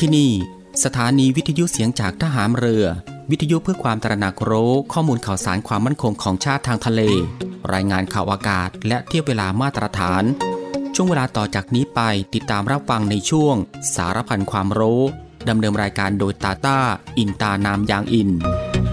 ที่นี่สถานีวิทยุเสียงจากทหารเรือวิทยุเพื่อความตระหนักรู้ข้อมูลข่าวสารความมั่นคงของชาติทางทะเลรายงานข่าวอากาศและเทียบเวลามาตรฐานช่วงเวลาต่อจากนี้ไปติดตามรับฟังในช่วงสารพันความรู้ดำเนินรายการโดยตาต้าอินตานามยางอิน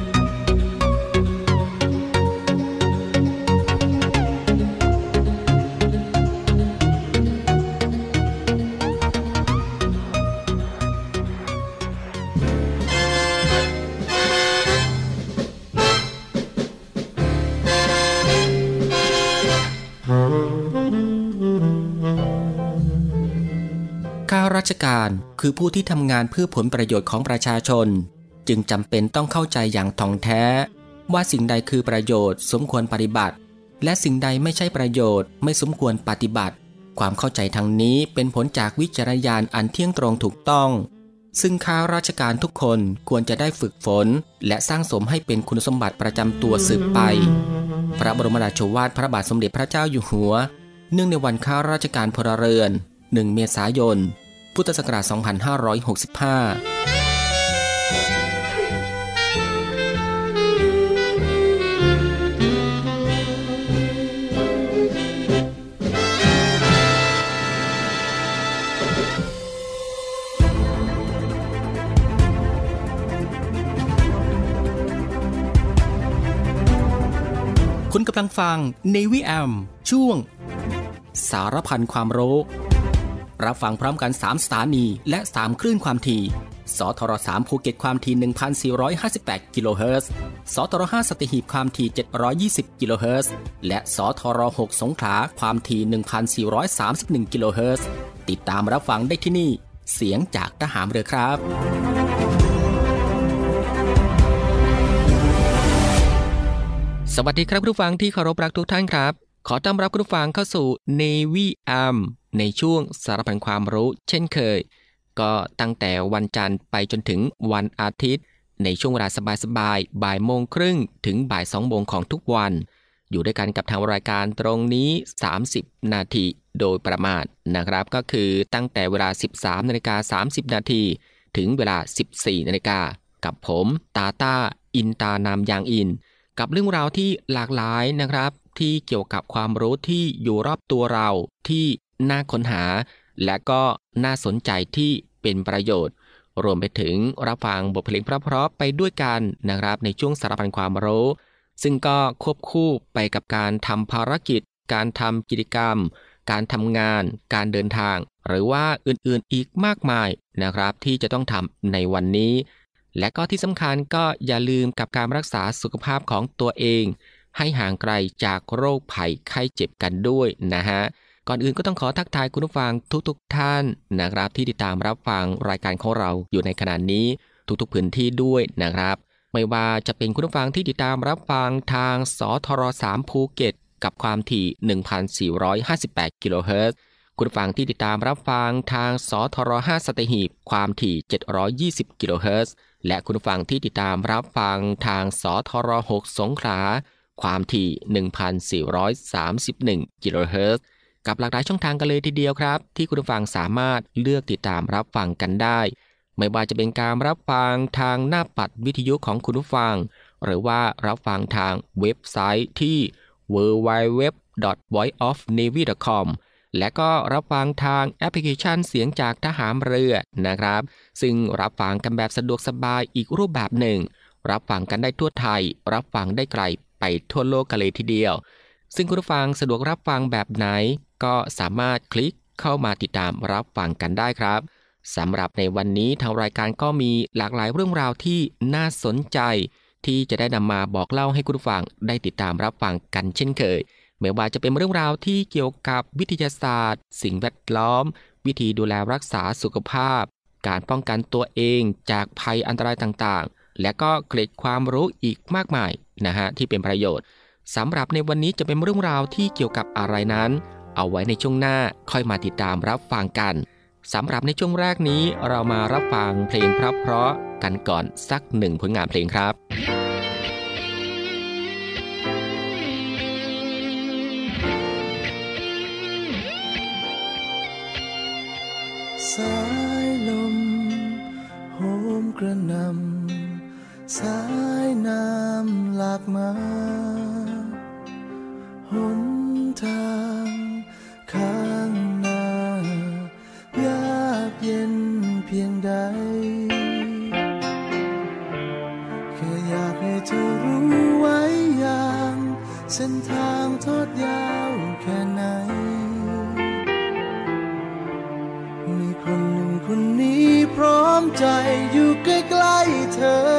ข้าราชการคือผู้ที่ทำงานเพื่อผลประโยชน์ของประชาชนจึงจำเป็นต้องเข้าใจอย่างถ่องแท้ว่าสิ่งใดคือประโยชน์สมควรปฏิบัติและสิ่งใดไม่ใช่ประโยชน์ไม่สมควรปฏิบัติความเข้าใจทางนี้เป็นผลจากวิจารณญาณอันเที่ยงตรงถูกต้องซึ่งข้าราชการทุกคนควรจะได้ฝึกฝนและสร้างสมให้เป็นคุณสมบัติประจำตัวสืบไปพระบรมราโชวาทพระบาทสมเด็จพระเจ้าอยู่หัวเนื่องในวันข้าราชการพลเรือน1 เมษายน พุทธศักราช 2565 คุณกำลังฟัง Navy AM ช่วงสารพันความรู้รับฟังพร้อมกัน3สถานีและ3คลื่นความถี่สทร3ภูเก็ตความถี่ 1,458 กิโลเฮิรตซ์สทร5สัตหีบความถี่720 กิโลเฮิรตซ์และสทร6สงขลาความถี่ 1,431 กิโลเฮิรตซ์ติดตามรับฟังได้ที่นี่เสียงจากทหารเรือครับสวัสดีครับผู้ฟังที่เคารพรักทุกท่านครับขอต้อนรับผู้ฟังเข้าสู่ Navy AM ในช่วงสารพันความรู้เช่นเคยก็ตั้งแต่วันจันทร์ไปจนถึงวันอาทิตย์ในช่วงเวลาสบายๆบ่ายโมงครึ่งถึงบ่าย2 โมงของทุกวันอยู่ด้วยกันกับทางรายการตรงนี้30นาทีโดยประมาณนะครับก็คือตั้งแต่เวลา 13:30 นาทีถึงเวลา 14 นาฬิกากับผมตาต้าอินตานามยางอินกับเรื่องราวที่หลากหลายนะครับที่เกี่ยวกับความรู้ที่อยู่รอบตัวเราที่น่าค้นหาและก็น่าสนใจที่เป็นประโยชน์รวมไปถึงรับฟังบทเพลงเพราะๆไปด้วยกันนะครับในช่วงสารพันความรู้ซึ่งก็ควบคู่ไปกับการทำภารกิจการทำกิจกรรมการทำงานการเดินทางหรือว่าอื่นๆอีกมากมายนะครับที่จะต้องทำในวันนี้และก็ที่สำคัญก็อย่าลืมกับการรักษาสุขภาพของตัวเองให้ห่างไกลจากโรคภัยไข้เจ็บกันด้วยนะฮะก่อนอื่นก็ต้องขอทักทายคุณผู้ฟังทุกท่านนะครับที่ติดตามรับฟังรายการของเราอยู่ในขณะนี้ทุกๆพื้นที่ด้วยนะครับไม่ว่าจะเป็นคุณผู้ฟังที่ติดตามรับฟังทางสทร3ภูเก็ตกับความถี่ 1,458 กิโลเฮิรตซ์คุณผู้ฟังที่ติดตามรับฟังทางสทร5สัตหีบความถี่720 กิโลเฮิรตซ์และคุณผู้ฟังที่ติดตามรับฟังทางสทร6สงขลาความถี่ 1,431 กิโลเฮิรตซ์กับหลากหลายช่องทางกันเลยทีเดียวครับที่คุณผู้ฟังสามารถเลือกติดตามรับฟังกันได้ไม่ว่าจะเป็นการรับฟังทางหน้าปัดวิทยุของคุณผู้ฟังหรือว่ารับฟังทางเว็บไซต์ที่ www.voiceofnavy.com และก็รับฟังทางแอปพลิเคชันเสียงจากทหารเรือนะครับซึ่งรับฟังกันแบบสะดวกสบายอีกรูปแบบหนึ่งรับฟังกันได้ทั่วไทยรับฟังได้ไกลไปทั่วโลกกันเลยทีเดียวซึ่งคุณผู้ฟังสะดวกรับฟังแบบไหนก็สามารถคลิกเข้ามาติดตามรับฟังกันได้ครับสำหรับในวันนี้ทางรายการก็มีหลากหลายเรื่องราวที่น่าสนใจที่จะได้นำมาบอกเล่าให้คุณผู้ฟังได้ติดตามรับฟังกันเช่นเคยไม่ว่าจะเป็นเรื่องราวที่เกี่ยวกับวิทยาศาสตร์สิ่งแวดล้อมวิธีดูแลรักษาสุขภาพการป้องกันตัวเองจากภัยอันตรายต่างๆและก็เกร็ดความรู้อีกมากมายนะฮะที่เป็นประโยชน์สำหรับในวันนี้จะเป็นเรื่องราวที่เกี่ยวกับอะไรนั้นเอาไว้ในช่วงหน้าค่อยมาติดตามรับฟังกันสำหรับในช่วงแรกนี้เรามารับฟังเพลงเพราะๆกันก่อนสัก1ผลงานเพลงครับสายลมกระหน่ำสายน้ำหลากมาหนทางข้างหน้ายากเย็นเพียงใดแค่อยากให้เธอรู้ไว้อย่างเส้นทางทอดยาวแค่ไหนมีคนหนึ่งคนนี้พร้อมใจอยู่ใกล้ๆเธอ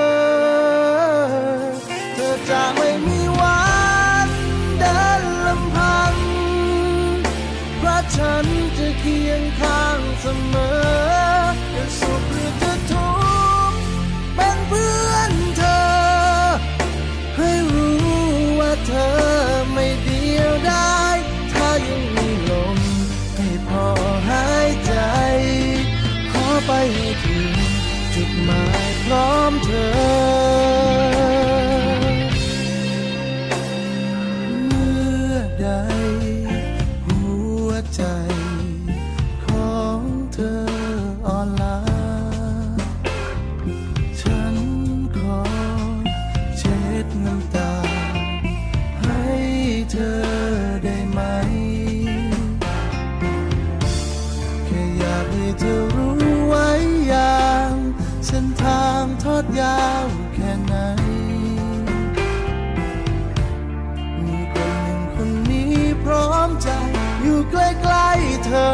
จะไม่มีวันเดินลำพังเพราะฉันจะเคียงข้างเสมอจะสุขหรือจะทุกข์เป็นเพื่อนเธอให้รู้ว่าเธอไม่เดียวดายถ้ายังมีลมให้พอหายใจขอไปให้ถึงจุดหมายพร้อมเธอใดหัวใจของเธออ่อนล้าฉันขอเช็ดน้ำตาให้เธอได้ไหมแค่อยากให้เธอรู้ไว้อย่างเส้นทางทอดยาวแค่ไหนพร้อมใจอยู่ใกล้ๆเธอ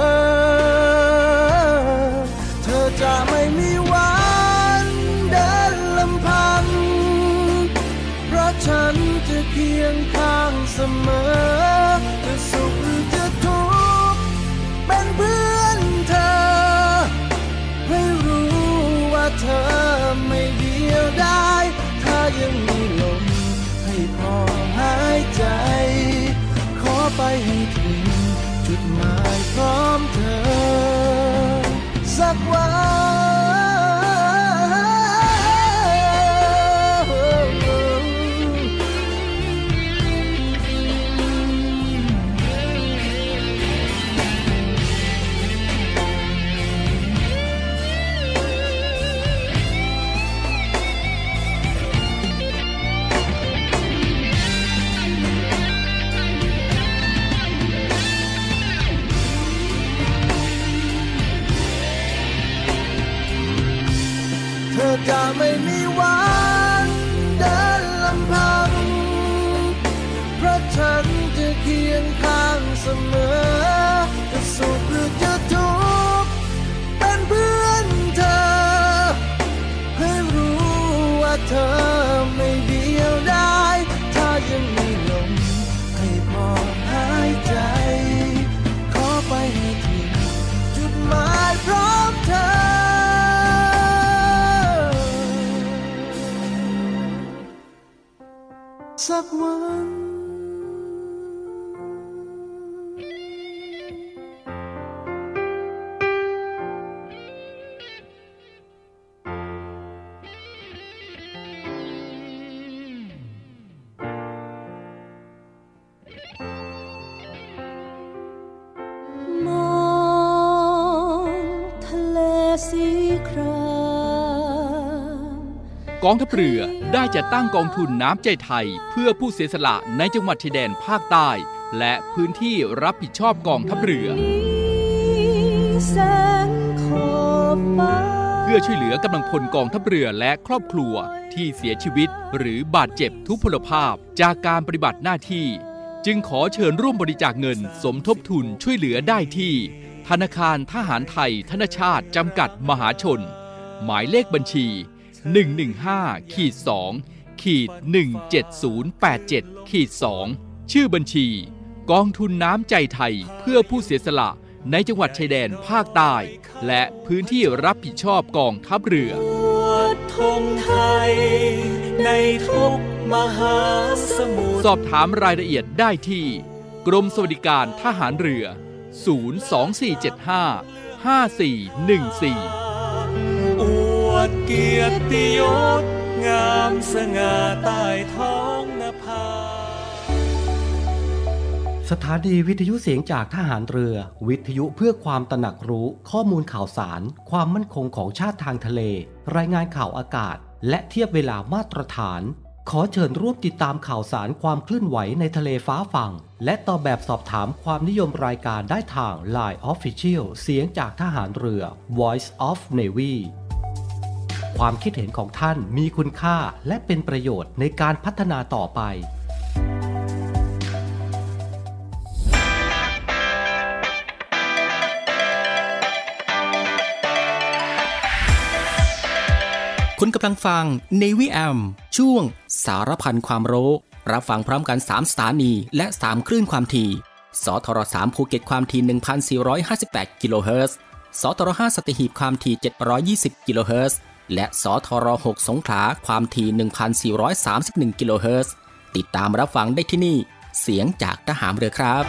จะไม่มีวันเดินลำพังเพราะฉันจะเคียงข้างเสมอจะสุขหรือจะทุกข์เป็นเพื่อนเธอให้รู้ว่าเธอไม่เดียวดายถ้ายังมีลมให้พอหายใจขอไปให้ถึงจุดหมายพร้อมเธอสักวันจะไม่มีวันเดินลำพังเพราะฉันจะเคียงข้างเสมอจะสุขหรือจะทุกข์เป็นเพื่อนเธอให้รู้ว่าเธอไม่เดียวดายถ้ายังมีลมให้พอหายใจขอไปให้ถึงจุดหมายพร้อมเธอสักวันมองทะเลสีครามกองทัพเรือได้จัดตั้งกองทุนน้ำใจไทยเพื่อผู้เสียสละในจังหวัดชายแดนภาคใต้และพื้นที่รับผิดชอบกองทัพเรือเพื่อช่วยเหลือกำลังพลกองทัพเรือและครอบครัวที่เสียชีวิตหรือบาดเจ็บทุพพลภาพจากการปฏิบัติหน้าที่จึงขอเชิญร่วมบริจาคเงินสมทบทุนช่วยเหลือได้ที่ธนาคารทหารไทยธนชาติจำกัดมหาชนหมายเลขบัญชี115-2-17087-2ชื่อบัญชีกองทุนน้ำใจไทยเพื่อผู้เสียสละในจังหวัดชายแดนภาคใต้และพื้นที่รับผิดชอบกองทัพเรือธงไทยในทุกมหาสมุทรสอบถามรายละเอียดได้ที่กรมสวัสดิการทหารเรือ024755414 เกียรติยศงามสง่าใต้ท้องนภาสถานีวิทยุเสียงจากทหารเรือวิทยุเพื่อความตระหนักรู้ข้อมูลข่าวสารความมั่นคงของชาติทางทะเลรายงานข่าวอากาศและเทียบเวลามาตรฐานขอเชิญร่วมติดตามข่าวสารความเคลื่อนไหวในทะเลฟ้าฝั่งและตอบแบบสอบถามความนิยมรายการได้ทาง Line Official เสียงจากทหารเรือ Voice of Navy ความคิดเห็นของท่านมีคุณค่าและเป็นประโยชน์ในการพัฒนาต่อไปคุณกำลังฟัง Navy AM ช่วงสารพันความรู้รับฟังพร้อมกัน3สถานีและ3คลื่นความถี่สทร3ภูเก็ตความถี่ 1,458 กิโลเฮิรตซ์สทร5สัตหีบความถี่720กิโลเฮิรตซ์และสทร6สงขลาความถี่ 1,431 กิโลเฮิรตซ์ติดตามรับฟังได้ที่นี่เสียงจากทหารเรือครับ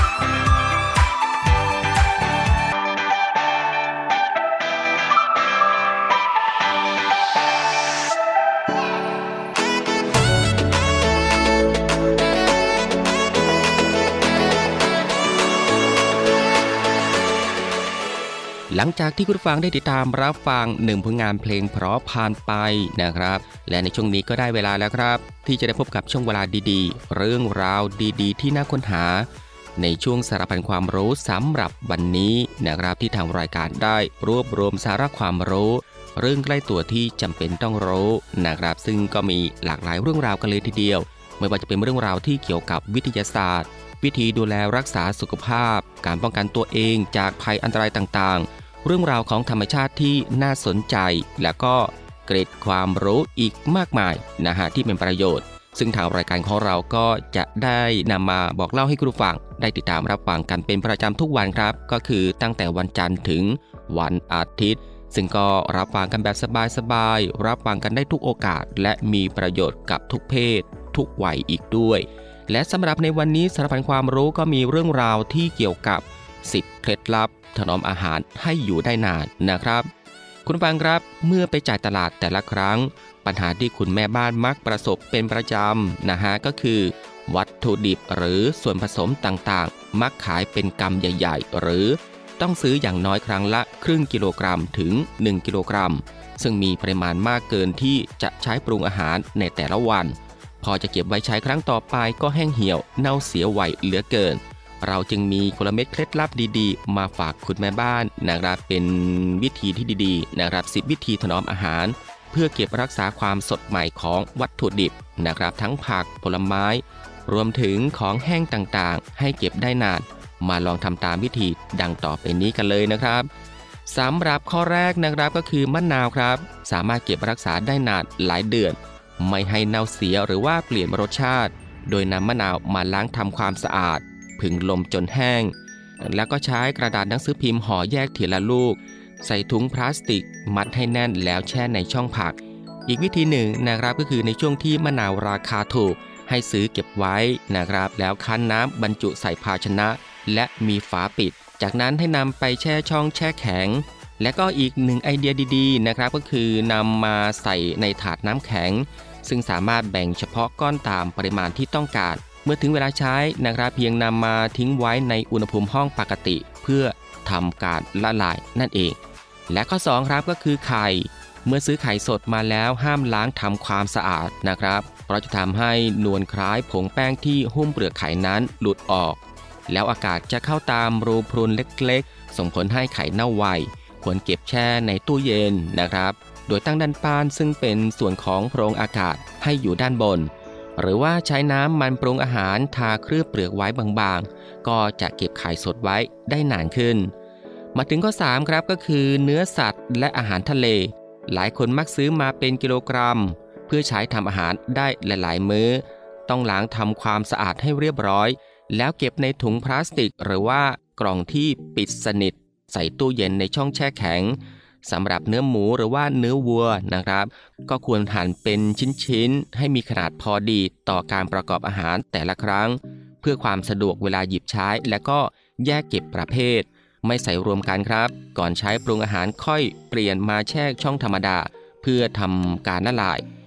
หลังจากที่คุณฟังได้ติดตามรับฟัง1ผลงานเพลงเพราะผ่านไปนะครับและในช่วงนี้ก็ได้เวลาแล้วครับที่จะได้พบกับช่วงเวลาดีๆเรื่องราวดีๆที่น่าค้นหาในช่วงสารพันความรู้สำหรับวันนี้นะครับที่ทางรายการได้รวบรวมสาระความรู้เรื่องใกล้ตัวที่จำเป็นต้องรู้นะครับซึ่งก็มีหลากหลายเรื่องราวกันเลยทีเดียวไม่ว่าจะเป็นเรื่องราวที่เกี่ยวกับวิทยาศาสตร์วิธีดูแลรักษาสุขภาพการป้องกันตัวเองจากภัยอันตรายต่างๆเรื่องราวของธรรมชาติที่น่าสนใจและก็เกร็ดความรู้อีกมากมายนะฮะที่เป็นประโยชน์ซึ่งทางรายการของเราก็จะได้นำมาบอกเล่าให้คุณผู้ฟังได้ติดตามรับฟังกันเป็นประจำทุกวันครับก็คือตั้งแต่วันจันทร์ถึงวันอาทิตย์ซึ่งก็รับฟังกันแบบสบายๆรับฟังกันได้ทุกโอกาสและมีประโยชน์กับทุกเพศทุกวัยอีกด้วยและสำหรับในวันนี้สารพันความรู้ก็มีเรื่องราวที่เกี่ยวกับ10เคล็ดลับถนอมอาหารให้อยู่ได้นานนะครับคุณฟังครับเมื่อไปจ่ายตลาดแต่ละครั้งปัญหาที่คุณแม่บ้านมักประสบเป็นประจำนะฮะก็คือวัตถุดิบหรือส่วนผสมต่างๆมักขายเป็นกำใหญ่ๆหรือต้องซื้ออย่างน้อยครั้งละครึ่งกิโลกรัมถึง1กิโลกรัมซึ่งมีปริมาณมากเกินที่จะใช้ปรุงอาหารในแต่ละวันพอจะเก็บไว้ใช้ครั้งต่อไปก็แห้งเหี่ยวเน่าเสียไวเหลือเกินเราจึงมีกลเม็ดเคล็ดลับดีๆมาฝากคุณแม่บ้านนะครับเป็นวิธีที่ดีๆนะครับ10วิธีถนอมอาหารเพื่อเก็บรักษาความสดใหม่ของวัตถุดิบนะครับทั้งผักผลไม้รวมถึงของแห้งต่างๆให้เก็บได้นานมาลองทำตามวิธีดังต่อไปนี้กันเลยนะครับสำหรับข้อแรกนะครับก็คือมะนาวครับสามารถเก็บรักษาได้นานหลายเดือนไม่ให้เน่าเสียหรือว่าเปลี่ยนรสชาติโดยนำมะนาวมาล้างทำความสะอาดผึ่งลมจนแห้งแล้วก็ใช้กระดาษหนังสือพิมพ์ห่อแยกทีละลูกใส่ถุงพลาสติกมัดให้แน่นแล้วแช่ในช่องผักอีกวิธีหนึ่งนะครับก็คือในช่วงที่มะนาวราคาถูกให้ซื้อเก็บไว้นะครับแล้วคั้นน้ำบรรจุใส่ภาชนะและมีฝาปิดจากนั้นให้นำไปแช่ช่องแช่แข็งและก็อีกหนึ่งไอเดียดีๆนะครับก็คือนำมาใส่ในถาดน้ำแข็งซึ่งสามารถแบ่งเฉพาะก้อนตามปริมาณที่ต้องการเมื่อถึงเวลาใช้นะครับเพียงนำมาทิ้งไว้ในอุณหภูมิห้องปกติเพื่อทำการละลายนั่นเองและข้อ2ครับก็คือไข่เมื่อซื้อไข่สดมาแล้วห้ามล้างทำความสะอาดนะครับเพราะจะทำให้นวลคล้ายผงแป้งที่หุ้มเปลือกไข่นั้นหลุดออกแล้วอากาศจะเข้าตามรูพรุนเล็กๆส่งผลให้ไข่เน่าไวควรเก็บแช่ในตู้เย็นนะครับโดยตั้งด้านป้านซึ่งเป็นส่วนของโพรงอากาศให้อยู่ด้านบนหรือว่าใช้น้ำมันปรุงอาหารทาเคลือบเปลือกไว้บางๆก็จะเก็บไข่สดไว้ได้นานขึ้นมาถึงข้อ3ครับก็คือเนื้อสัตว์และอาหารทะเลหลายคนมักซื้อมาเป็นกิโลกรัมเพื่อใช้ทำอาหารได้หลายๆมื้อต้องล้างทำความสะอาดให้เรียบร้อยแล้วเก็บในถุงพลาสติกหรือว่ากล่องที่ปิดสนิทใส่ตู้เย็นในช่องแช่แข็งสำหรับเนื้อหมูหรือว่าเนื้อวัวนะครับก็ควรหั่นเป็นชิ้นๆให้มีขนาดพอดีต่อการประกอบอาหารแต่ละครั้งเพื่อความสะดวกเวลาหยิบใช้และก็แยกเก็บประเภทไม่ใส่รวมกันครับก่อนใช้ปรุงอาหารค่อยเปลี่ยนมาแช่ช่องธรรมดาเพื่อทำการละลาย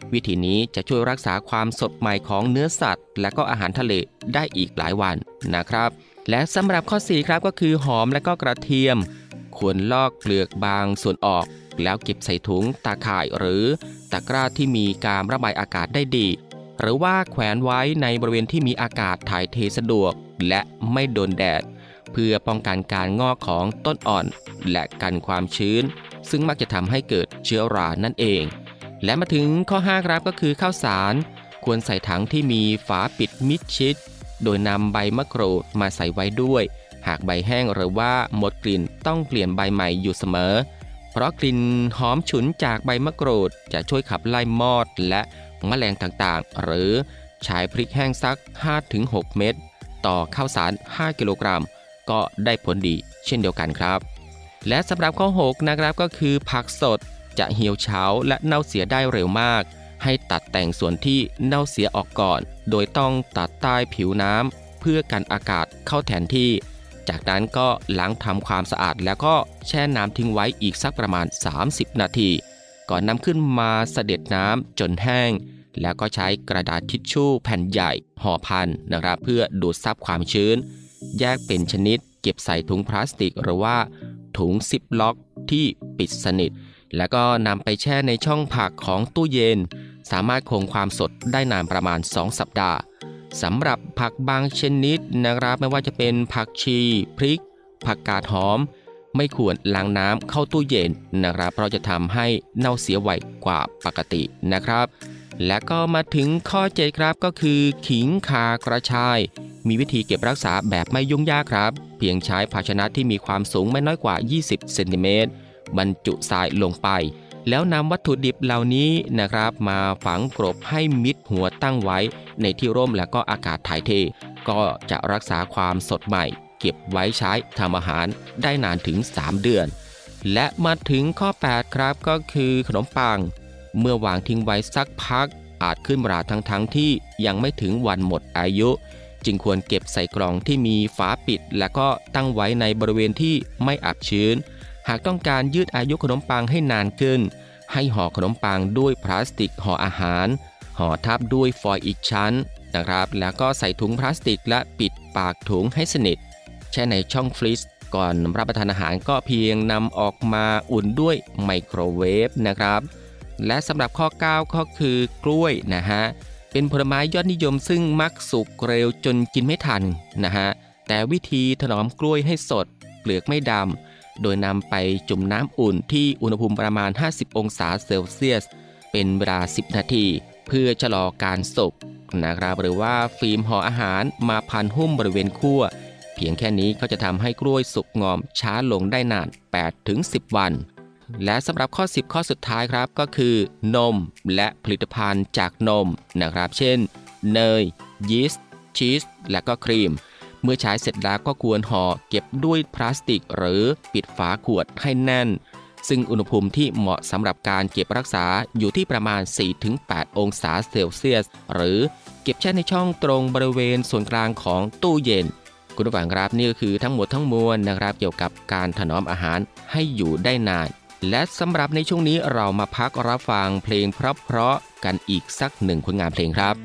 วิธีนี้จะช่วยรักษาความสดใหม่ของเนื้อสัตว์และก็อาหารทะเลได้อีกหลายวันนะครับและสำหรับข้อ4ครับก็คือหอมและก็กระเทียมควรลอกเปลือกบางส่วนออกแล้วเก็บใส่ถุงตาข่ายหรือตะกร้าที่มีการระบายอากาศได้ดีหรือว่าแขวนไว้ในบริเวณที่มีอากาศถ่ายเทสะดวกและไม่โดนแดดเพื่อป้องกันการงอกของต้นอ่อนและกันความชื้นซึ่งมักจะทำให้เกิดเชื้อรานั่นเองและมาถึงข้อ5ครับก็คือข้าวสารควรใส่ถังที่มีฝาปิดมิดชิดโดยนำใบมะกรูดมาใส่ไว้ด้วยหากใบแห้งหรือว่าหมดกลิ่นต้องเปลี่ยนใบใหม่อยู่เสมอเพราะกลิ่นหอมฉุนจากใบมะกรูดจะช่วยขับไล่มอดและแมลงต่างๆหรือใช้พริกแห้งสัก 5-6 เม็ดต่อข้าวสาร5 กิโลกรัมก็ได้ผลดีเช่นเดียวกันครับและสำหรับข้อ6นะครับก็คือผักสดจะเหี่ยวเฉาและเน่าเสียได้เร็วมากให้ตัดแต่งส่วนที่เน่าเสียออกก่อนโดยต้องตัดใต้ผิวน้ำเพื่อกันอากาศเข้าแทนที่จากนั้นก็ล้างทำความสะอาดแล้วก็แช่น้ำทิ้งไว้อีกสักประมาณ30นาทีก่อนนำขึ้นมาเสด็จน้ำจนแห้งแล้วก็ใช้กระดาษทิชชู่แผ่นใหญ่ห่อพันนะครับเพื่อดูดซับความชื้นแยกเป็นชนิดเก็บใส่ถุงพลาสติกหรือว่าถุงซิปล็อกที่ปิดสนิทแล้วก็นำไปแช่ในช่องผักของตู้เย็นสามารถคงความสดได้นานประมาณ2 สัปดาห์สำหรับผักบางชนิดนะครับไม่ว่าจะเป็นผักชีพริกผักกาดหอมไม่ควรล้างน้ำเข้าตู้เย็นนะครับเพราะจะทำให้เน่าเสียไวกว่าปกตินะครับและก็มาถึงข้อ7ครับก็คือขิงข่ากระชายมีวิธีเก็บรักษาแบบไม่ยุ่งยากครับเพียงใช้ภาชนะที่มีความสูงไม่น้อยกว่า20เซนติเมตรบรรจุทรายลงไปแล้วนำวัตถุดิบเหล่านี้นะครับมาฝังกลบให้มิดหัวตั้งไว้ในที่ร่มและก็อากาศถ่ายเทก็จะรักษาความสดใหม่เก็บไว้ใช้ทำอาหารได้นานถึง3 เดือนและมาถึงข้อ8ครับก็คือขนมปังเมื่อวางทิ้งไว้สักพักอาจขึ้นราทั้งที่ยังไม่ถึงวันหมดอายุจึงควรเก็บใส่กล่องที่มีฝาปิดและก็ตั้งไว้ในบริเวณที่ไม่อับชื้นหากต้องการยืดอายุขนมปังให้นานขึ้นให้ห่อขนมปังด้วยพลาสติกห่ออาหารห่อทับด้วยฟอยล์อีกชั้นนะครับแล้วก็ใส่ถุงพลาสติกและปิดปากถุงให้สนิทแช่ในช่องฟรีซก่อนรับประทานอาหารก็เพียงนำออกมาอุ่นด้วยไมโครเวฟนะครับและสำหรับข้อ9ก็คือกล้วยนะฮะเป็นผลไม้ยอดนิยมซึ่งมักสุกเร็วจนกินไม่ทันนะฮะแต่วิธีถนอมกล้วยให้สดเปลือกไม่ดำโดยนำไปจุ่มน้ำอุ่นที่อุณหภูมิประมาณ50องศาเซลเซียสเป็นเวลา10นาทีเพื่อชะลอการสุกนะครับหรือว่าฟิล์มห่ออาหารมาพันหุ้มบริเวณขั้วเพียงแค่นี้ก็จะทำให้กล้วยสุกงอมช้าลงได้นาน 8-10 วันและสำหรับข้อ10ข้อสุดท้ายครับก็คือนมและผลิตภัณฑ์จากนมนะครับเช่นเนยยีสต์ชีสและก็ครีมเมื่อใช้เสร็จแล้วก็ควรห่อเก็บด้วยพลาสติกหรือปิดฝาขวดให้แน่นซึ่งอุณหภูมิที่เหมาะสำหรับการเก็บรักษาอยู่ที่ประมาณ 4-8 องศาเซลเซียสหรือเก็บแช่ในช่องตรงบริเวณส่วนกลางของตู้เย็นคุณผู้ฟังครับนี่ก็คือทั้งหมดทั้งมวลนะครับเกี่ยวกับการถนอมอาหารให้อยู่ได้นานและสำหรับในช่วงนี้เรามาพักรับฟังเพลงเพราะๆกันอีกสัก1ผลงานเพลงครับ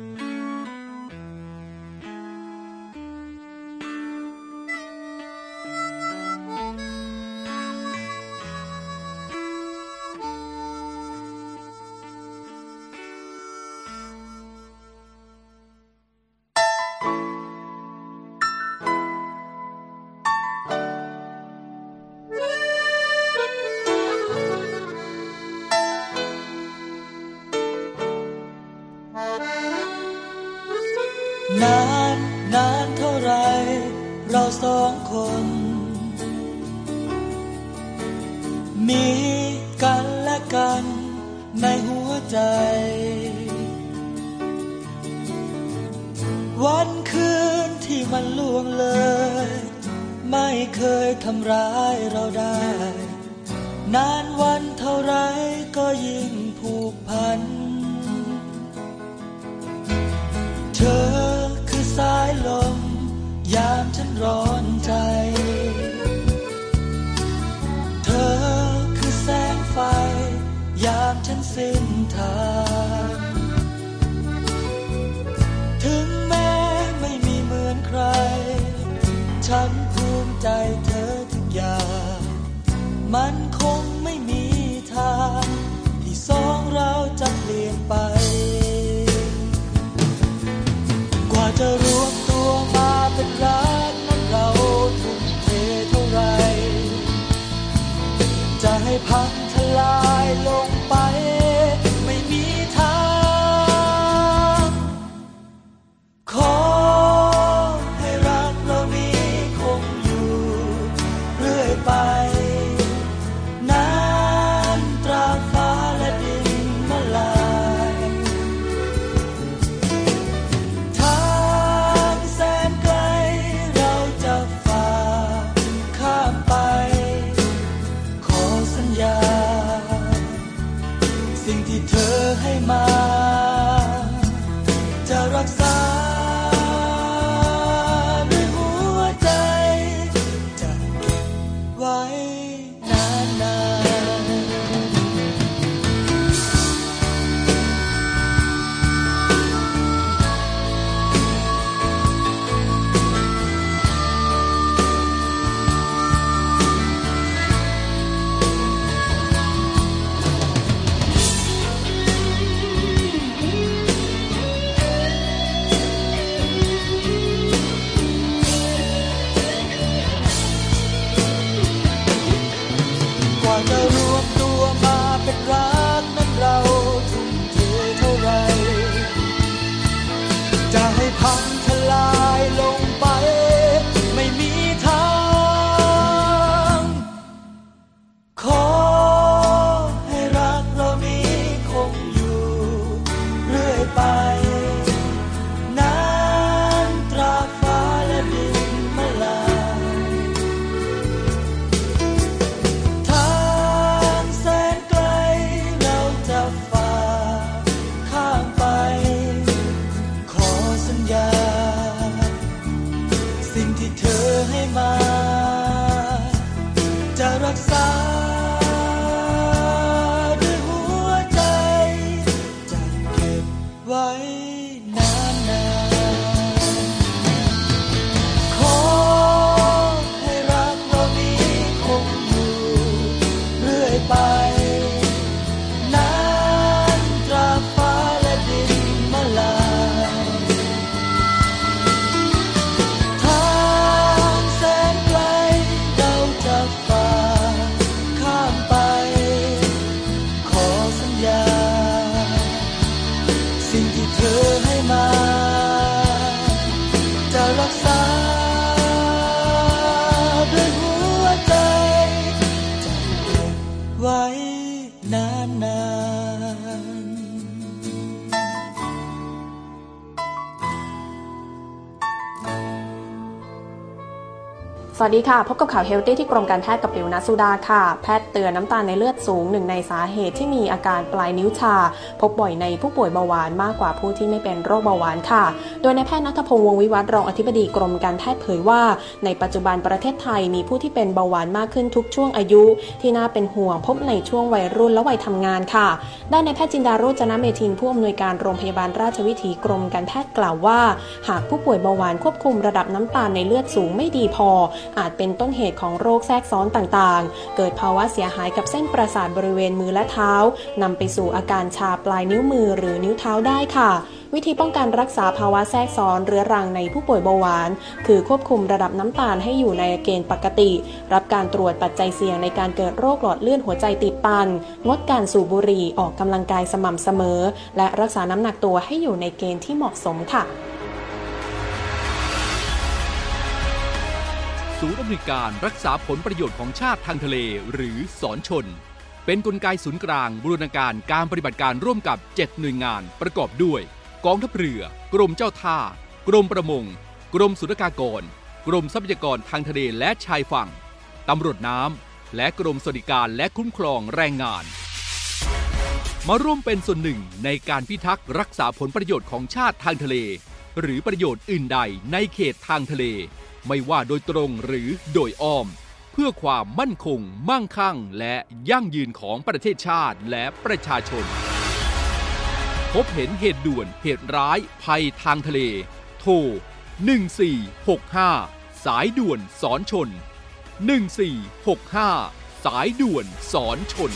นานเท่าไรเราสองคนมีกันและกันในหัวใจวันคืนที่มันล่วงเลยไม่เคยทำร้ายเราได้นานวันเท่าไรก็ยิ่งผูกพันเธอคือสายลมยามฉันร้อนใจเธอคือแสงไฟยามฉันสิ้นทางฉันภูมิใจเธอทุกอย่างมันคงไม่มีทางที่สองเราจะเปลี่ยนไปกว่าจะรวมตัวมาเป็นรักนั้นเราทุ่มเทเท่าไรจะให้พังทลายลงไปไม่มีทางขอให้รักเรานี้คงอยู่เรื่อยไปนานตราฟ้าและดินมาลายทางแสนไกลเราจะฝ่าข้ามไปขอสัญญาสิ่งที่เธอให้มาจะรักษาด้วยหัวใจจะเก็บไว้นานๆกว่าจะรวมตัวมาเป็นรักนั้นเราทุ่มเทเท่าไรจะให้พังทลายลงไปไม่มีทางขอให้รักเรานี้คงอยู่เรื่อยไปนานตราฟ้าและดินมาลายทางแสนไกลเราจะฝ่าข้ามไปขอสัญญาสิ่งที่เธอให้มาจะรักษาด้วยหัวใจจะเก็บไว้นานๆขอให้รักเรานี้คงอยู่เรื่อยไปนานตราฟ้าและดินมาลายทางแสนไกลเราจะฝ่าข้ามไปขอสัญญาสิ่งที่เธอให้มาจะรักษาด้วยหัวใจจะเก็บไว้นานๆสวัสดีค่ะพบกับข่าวเฮลตี้ที่กรมการแพทย์กับปิวณสุดาค่ะแพทย์เตือนน้ำตาลในเลือดสูงหนึ่งในสาเหตุที่มีอาการปลายนิ้วชาพบบ่อยในผู้ป่วยเบาหวานมากกว่าผู้ที่ไม่เป็นโรคเบาหวานค่ะโดยนายแพทย์ณัฐพงษ์วงศ์วิวัฒน์รองอธิบดีกรมการแพทย์เผยว่าในปัจจุบันประเทศไทยมีผู้ที่เป็นเบาหวานมากขึ้นทุกช่วงอายุที่น่าเป็นห่วงพบในช่วงวัยรุ่นและวัยทำงานค่ะด้านนายแพทย์จินดาโรจนเมธินผู้อำนวยการโรงพยาบาลราชวิถีกรมการแพทย์กล่าวว่าหากผู้ป่วยเบาหวานควบคุมระดับน้ำตาลในเลือดสูงไม่ดีพออาจเป็นต้นเหตุของโรคแทรกซ้อนต่างๆเกิดภาวะเสียหายกับเส้นประสาทบริเวณมือและเท้านำไปสู่อาการชาปลายนิ้วมือหรือนิ้วเท้าได้ค่ะวิธีป้องกันรักษาภาวะแทรกซ้อนเรื้อรังในผู้ป่วยเบาหวานคือควบคุมระดับน้ำตาลให้อยู่ในเกณฑ์ปกติรับการตรวจปัจจัยเสี่ยงในการเกิดโรคหลอดเลือดหัวใจตีบตันงดการสูบบุหรี่ออกกำลังกายสม่ำเสมอและรักษาน้ำหนักตัวให้อยู่ในเกณฑ์ที่เหมาะสมค่ะศูนย์อำนวยการรักษาผลประโยชน์ของชาติทางทะเลหรือศรชนเป็นกลไกศูนย์กลางบูรณาการการปฏิบัติการร่วมกับ7หน่วยงานประกอบด้วยกองทัพเรือกรมเจ้าท่ากรมประมงกรมศุลกากรกรมทรัพยากรทางทะเลและชายฝั่งตำรวจน้ำและกรมสวัสดิการและคุ้มครองแรงงานมาร่วมเป็นส่วนหนึ่งในการพิทักษ์รักษาผลประโยชน์ของชาติทางทะเลหรือประโยชน์อื่นใดในเขตทางทะเลไม่ว่าโดยตรงหรือโดยอ้อมเพื่อความมั่นคงมั่งคั่งและยั่งยืนของประเทศชาติและประชาชนพบเห็นเหตุด่วนเหตุร้ายภัยทางทะเลโทร1465 สายด่วนสอนชน1465สายด่วนสอนชน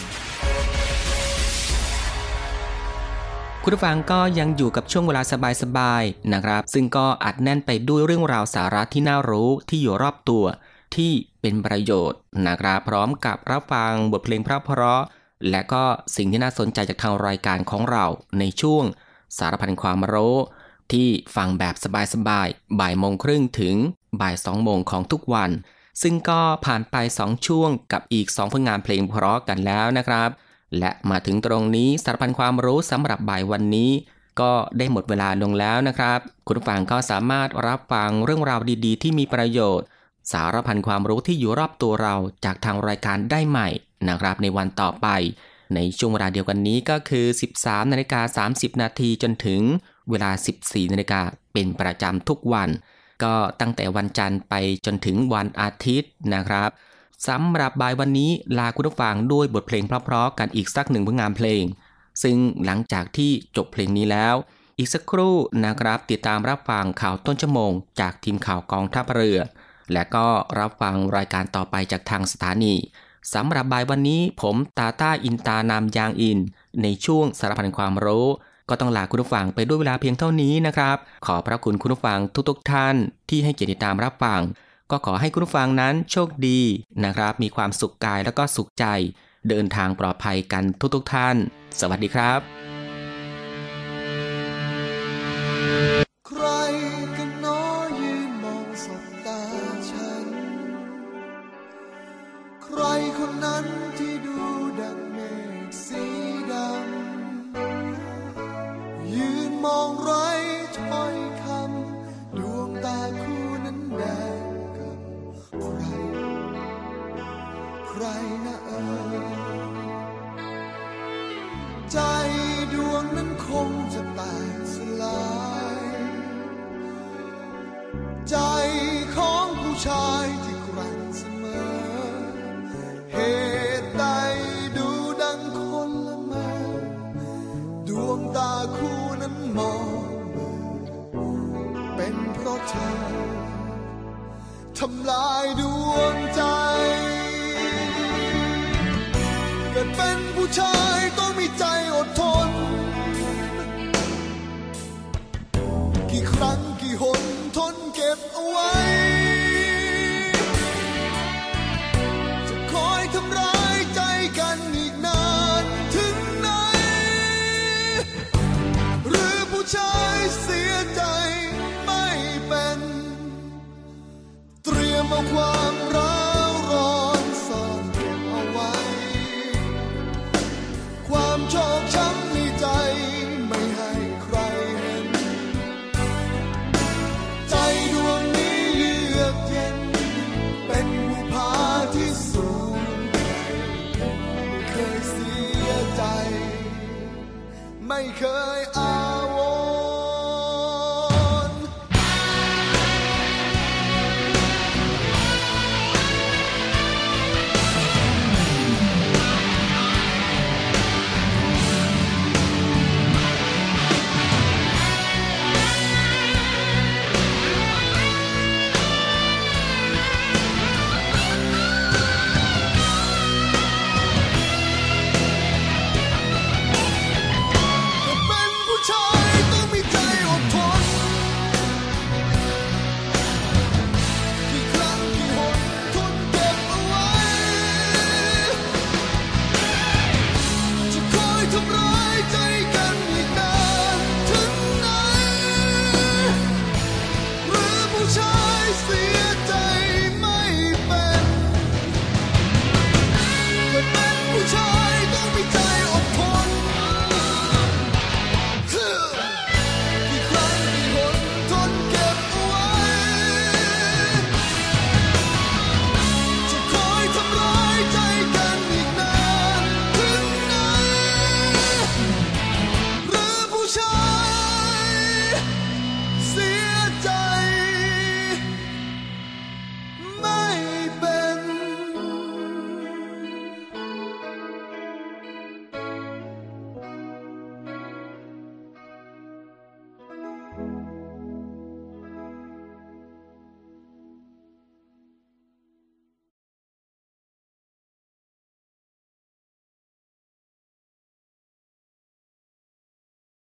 คุณผู้ฟังก็ยังอยู่กับช่วงเวลาสบายๆนะครับซึ่งก็อัดแน่นไปด้วยเรื่องราวสาระที่น่ารู้ที่อยู่รอบตัวที่เป็นประโยชน์นะครับพร้อมกับรับฟังบทเพลงเพราะๆและก็สิ่งที่น่าสนใจจากทางรายการของเราในช่วงสารพันความรู้ที่ฟังแบบสบายๆบ่ายโมงครึ่งถึงบ่าย2โมงของทุกวันซึ่งก็ผ่านไป2ช่วงกับอีก2ผลงานเพลงเพราะกันแล้วนะครับและมาถึงตรงนี้สารพันความรู้สำหรับบ่ายวันนี้ก็ได้หมดเวลาลงแล้วนะครับคุณผู้ฟังก็สามารถรับฟังเรื่องราวดีๆที่มีประโยชน์สารพันความรู้ที่อยู่รอบตัวเราจากทางรายการได้ใหม่นะครับในวันต่อไปในช่วงเวลาเดียวกันนี้ก็คือ 13:30 น.จนถึงเวลา 14:00 น.เป็นประจำทุกวันก็ตั้งแต่วันจันทร์ไปจนถึงวันอาทิตย์นะครับสำหรับบ่ายวันนี้ลาคุณผู้ฟังด้วยบทเพลงเพราะๆกันอีกสักหนึ่งผลงานเพลงซึ่งหลังจากที่จบเพลงนี้แล้วอีกสักครู่นะครับติดตามรับฟังข่าวต้นชั่วโมงจากทีมข่าวกองทัพเรือและก็รับฟังรายการต่อไปจากทางสถานีสำหรับบ่ายวันนี้ผมตาต้าอินตานามยางอินในช่วงสารพันความรู้ก็ต้องลาคุณผู้ฟังไปด้วยเวลาเพียงเท่านี้นะครับขอพระคุณคุณผู้ฟังทุกท่านที่ให้เกียรติติดตามรับฟังก็ขอให้คุณผู้ฟังนั้นโชคดีนะครับมีความสุขกายแล้วก็สุขใจเดินทางปลอดภัยกันทุกท่านสวัสดีครับใครกันน้อยืนมองสบตาฉันใครคนนั้นที่ดูดังเมฆสีดำยืนมองไร้ถ้อยคำดวงตาคู่นั้นแดงกับใครนะใจดวงนั้นคงจะแตกสลายใจของผู้ชายที่แกร่งเสมอเหตุใดดูดังคนละเมอดวงตาคู่นั้นมองเป็นเพราะเธอทำลายดวงใจเกิดเป็นผู้ชายต้องมีใจอดทนกี่ครั้งกี่หนทนเก็บเอาไว้จะคอยทำร้ายใจกันอีกนานถึงไหนหรือผู้ชายเสียใจไม่เป็นเตรียมเอาความ